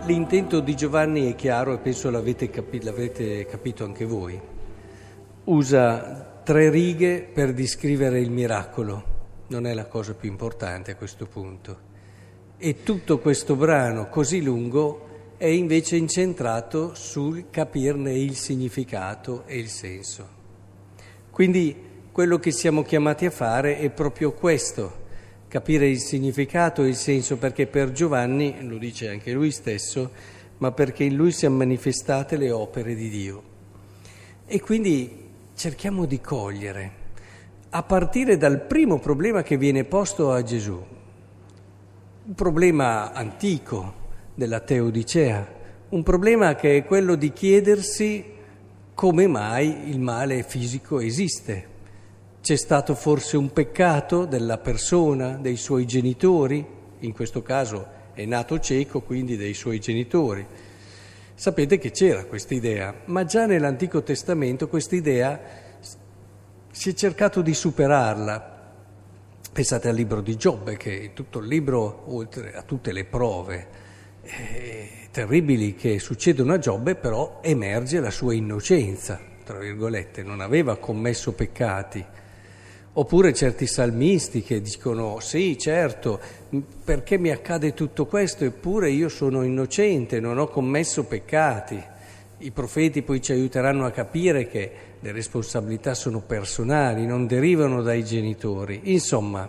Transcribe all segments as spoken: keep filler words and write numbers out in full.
L'intento di Giovanni è chiaro e penso l'avete, capi- l'avete capito anche voi. Usa tre righe per descrivere il miracolo, non è la cosa più importante a questo punto. E tutto questo brano così lungo è invece incentrato sul capirne il significato e il senso. Quindi quello che siamo chiamati a fare è proprio questo, capire il significato e il senso, perché per Giovanni, lo dice anche lui stesso, ma perché in lui si sono manifestate le opere di Dio. E quindi cerchiamo di cogliere, a partire dal primo problema che viene posto a Gesù, un problema antico della Teodicea, un problema che è quello di chiedersi come mai il male fisico esiste. C'è stato forse un peccato della persona, dei suoi genitori, in questo caso è nato cieco, quindi dei suoi genitori. Sapete che c'era questa idea, ma già nell'Antico Testamento questa idea si è cercato di superarla. Pensate al libro di Giobbe, che è tutto il libro, oltre a tutte le prove eh, terribili che succedono a Giobbe, però emerge la sua innocenza, tra virgolette, non aveva commesso peccati. Oppure certi salmisti che dicono sì, certo, perché mi accade tutto questo eppure io sono innocente, non ho commesso peccati. I profeti poi ci aiuteranno a capire che le responsabilità sono personali, non derivano dai genitori. Insomma,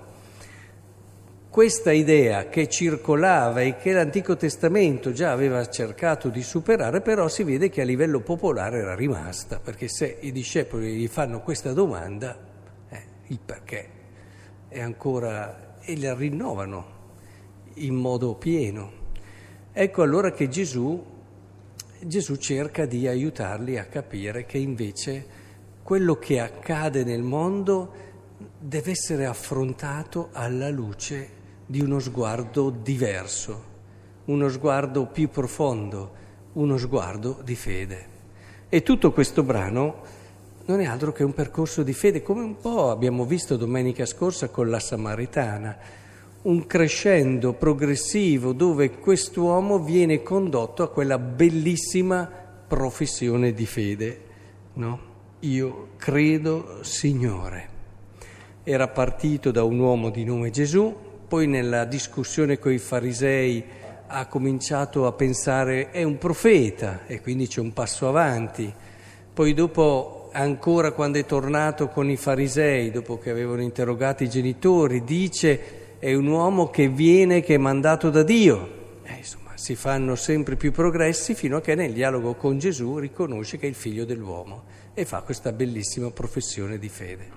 questa idea che circolava e che l'Antico Testamento già aveva cercato di superare, però si vede che a livello popolare era rimasta, perché se i discepoli gli fanno questa domanda, il perché è ancora, e la rinnovano in modo pieno. Ecco allora che Gesù, Gesù cerca di aiutarli a capire che invece quello che accade nel mondo deve essere affrontato alla luce di uno sguardo diverso, uno sguardo più profondo, uno sguardo di fede. E tutto questo brano non è altro che un percorso di fede, come un po' abbiamo visto domenica scorsa con la Samaritana, un crescendo progressivo dove quest'uomo viene condotto a quella bellissima professione di fede, no? Io credo, Signore. Era partito da un uomo di nome Gesù, poi nella discussione con i farisei ha cominciato a pensare è un profeta e quindi c'è un passo avanti, poi dopo ancora quando è tornato con i farisei, dopo che avevano interrogato i genitori, dice è un uomo che viene, che è mandato da Dio. Eh, insomma, si fanno sempre più progressi fino a che nel dialogo con Gesù riconosce che è il figlio dell'uomo e fa questa bellissima professione di fede.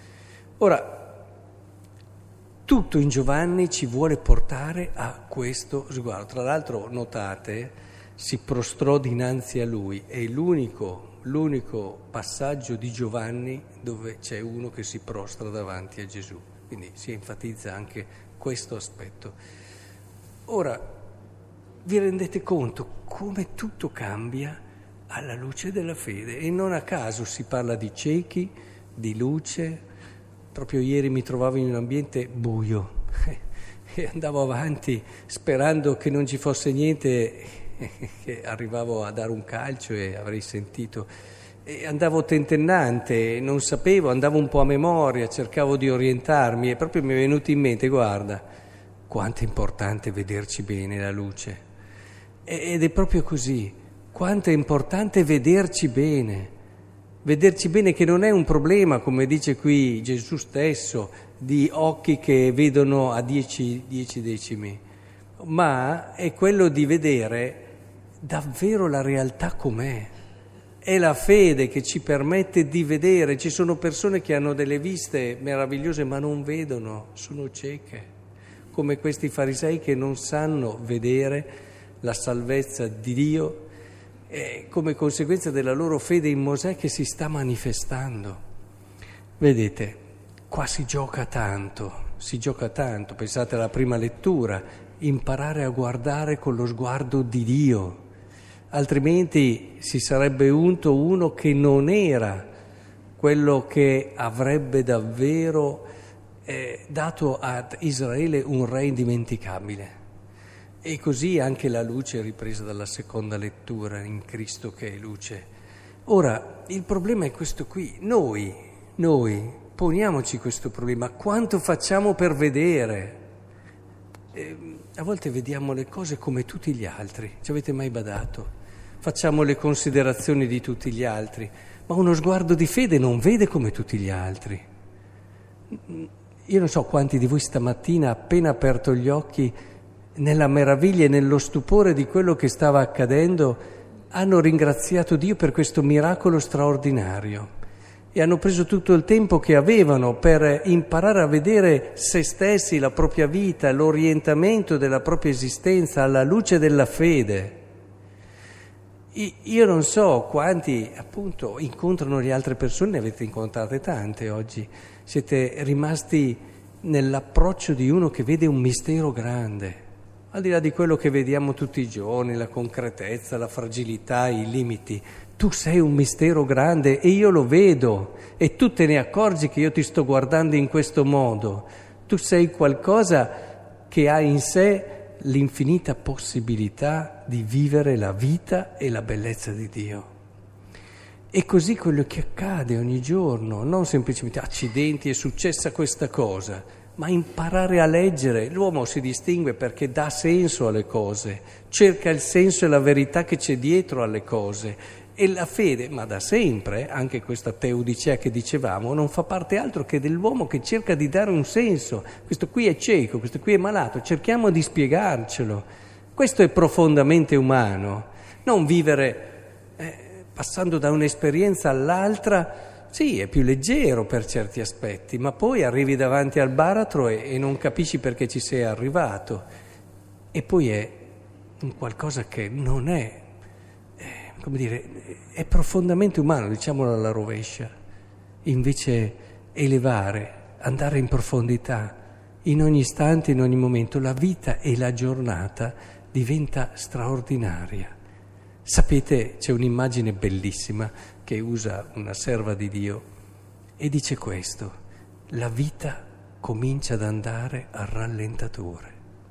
Ora, tutto in Giovanni ci vuole portare a questo sguardo. Tra l'altro, notate, si prostrò dinanzi a lui, è l'unico l'unico passaggio di Giovanni dove c'è uno che si prostra davanti a Gesù, quindi si enfatizza anche questo aspetto. Ora, vi rendete conto come tutto cambia alla luce della fede e non a caso si parla di ciechi, di luce. Proprio ieri mi trovavo in un ambiente buio e andavo avanti sperando che non ci fosse niente, che arrivavo a dare un calcio e avrei sentito, e andavo tentennante, non sapevo, andavo un po' a memoria, cercavo di orientarmi e proprio mi è venuto in mente, guarda, quanto è importante vederci bene la luce. Ed è proprio così, quanto è importante vederci bene, vederci bene che non è un problema, come dice qui Gesù stesso, di occhi che vedono a dieci, dieci decimi, ma è quello di vedere davvero la realtà com'è. È la fede che ci permette di vedere. Ci sono persone che hanno delle viste meravigliose ma non vedono, sono cieche, come questi farisei che non sanno vedere la salvezza di Dio e come conseguenza della loro fede in Mosè che si sta manifestando. Vedete, qua si gioca tanto, si gioca tanto. Pensate alla prima lettura, imparare a guardare con lo sguardo di Dio. Altrimenti si sarebbe unto uno che non era quello che avrebbe davvero eh, dato ad Israele un re indimenticabile. E così anche la luce ripresa dalla seconda lettura in Cristo che è luce. Ora, il problema è questo qui. Noi, noi, poniamoci questo problema. Quanto facciamo per vedere? Eh, a volte vediamo le cose come tutti gli altri. Ci avete mai badato? Facciamo le considerazioni di tutti gli altri. Ma uno sguardo di fede non vede come tutti gli altri. Io non so quanti di voi stamattina, appena aperto gli occhi, nella meraviglia e nello stupore di quello che stava accadendo, hanno ringraziato Dio per questo miracolo straordinario e hanno preso tutto il tempo che avevano per imparare a vedere se stessi, la propria vita, l'orientamento della propria esistenza alla luce della fede. Io non so quanti appunto incontrano le altre persone, ne avete incontrate tante oggi, siete rimasti nell'approccio di uno che vede un mistero grande. Al di là di quello che vediamo tutti i giorni, la concretezza, la fragilità, i limiti, tu sei un mistero grande e io lo vedo e tu te ne accorgi che io ti sto guardando in questo modo. Tu sei qualcosa che ha in sé l'infinita possibilità di vivere la vita e la bellezza di Dio. E così quello che accade ogni giorno, non semplicemente accidenti, è successa questa cosa, ma imparare a leggere. L'uomo si distingue perché dà senso alle cose, cerca il senso e la verità che c'è dietro alle cose. E la fede, ma da sempre, anche questa teodicea che dicevamo, non fa parte altro che dell'uomo che cerca di dare un senso. Questo qui è cieco, questo qui è malato, cerchiamo di spiegarcelo. Questo è profondamente umano, non vivere eh, passando da un'esperienza all'altra. Sì, è più leggero per certi aspetti, ma poi arrivi davanti al baratro e, e non capisci perché ci sei arrivato. E poi è un qualcosa che non è, eh, come dire, è profondamente umano, diciamolo alla rovescia. Invece elevare, andare in profondità, in ogni istante, in ogni momento, la vita e la giornata diventa straordinaria. Sapete, c'è un'immagine bellissima che usa una serva di Dio e dice questo: la vita comincia ad andare al rallentatore.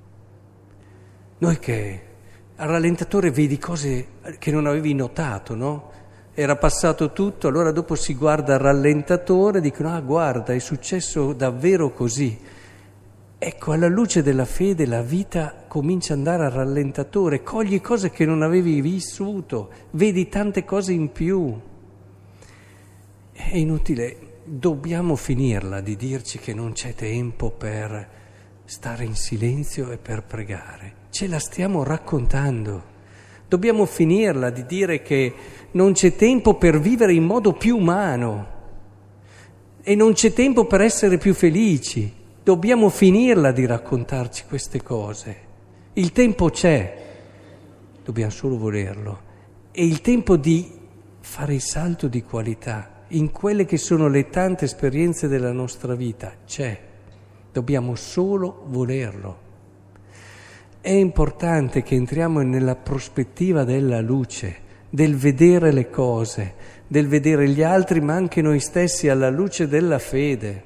Noi che al rallentatore vedi cose che non avevi notato, no? Era passato tutto, allora dopo si guarda al rallentatore e dicono: ah, guarda, è successo davvero così. Ecco, alla luce della fede la vita comincia ad andare al rallentatore, cogli cose che non avevi vissuto, vedi tante cose in più. È inutile, dobbiamo finirla di dirci che non c'è tempo per stare in silenzio e per pregare. Ce la stiamo raccontando. Dobbiamo finirla di dire che non c'è tempo per vivere in modo più umano e non c'è tempo per essere più felici. Dobbiamo finirla di raccontarci queste cose. Il tempo c'è, dobbiamo solo volerlo. E il tempo di fare il salto di qualità in quelle che sono le tante esperienze della nostra vita c'è. Dobbiamo solo volerlo. È importante che entriamo nella prospettiva della luce, del vedere le cose, del vedere gli altri, ma anche noi stessi alla luce della fede.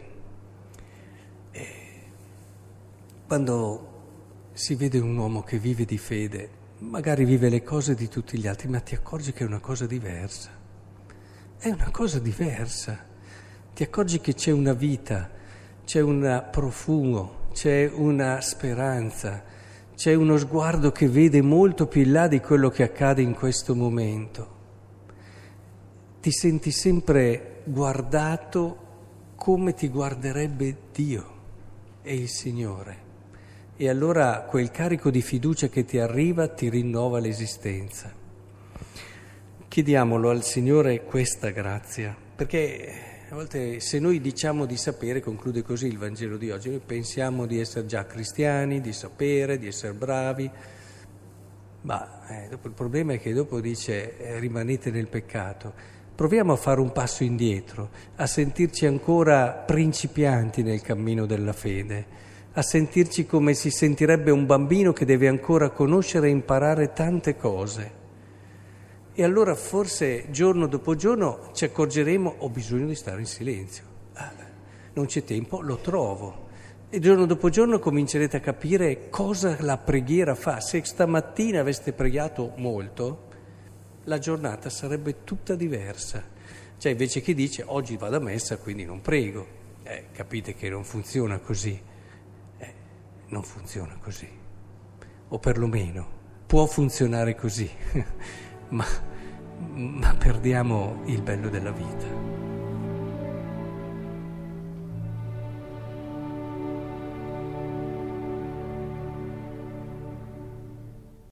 Quando si vede un uomo che vive di fede, magari vive le cose di tutti gli altri, ma ti accorgi che è una cosa diversa. È una cosa diversa. Ti accorgi che c'è una vita, c'è un profumo, c'è una speranza, c'è uno sguardo che vede molto più in là di quello che accade in questo momento. Ti senti sempre guardato come ti guarderebbe Dio e il Signore. E allora quel carico di fiducia che ti arriva ti rinnova l'esistenza. Chiediamolo al Signore questa grazia, perché a volte se noi diciamo di sapere, conclude così il Vangelo di oggi, noi pensiamo di essere già cristiani, di sapere, di essere bravi, ma eh, dopo il problema è che dopo dice eh, rimanete nel peccato. Proviamo a fare un passo indietro, a sentirci ancora principianti nel cammino della fede, a sentirci come si sentirebbe un bambino che deve ancora conoscere e imparare tante cose. E allora forse giorno dopo giorno ci accorgeremo: ho bisogno di stare in silenzio. Ah, non c'è tempo, lo trovo. E giorno dopo giorno comincerete a capire cosa la preghiera fa. Se stamattina aveste pregato molto, la giornata sarebbe tutta diversa. Cioè invece chi dice oggi vado a messa quindi non prego, eh, capite che non funziona così, eh, non funziona così, o perlomeno può funzionare così, ma, ma perdiamo il bello della vita.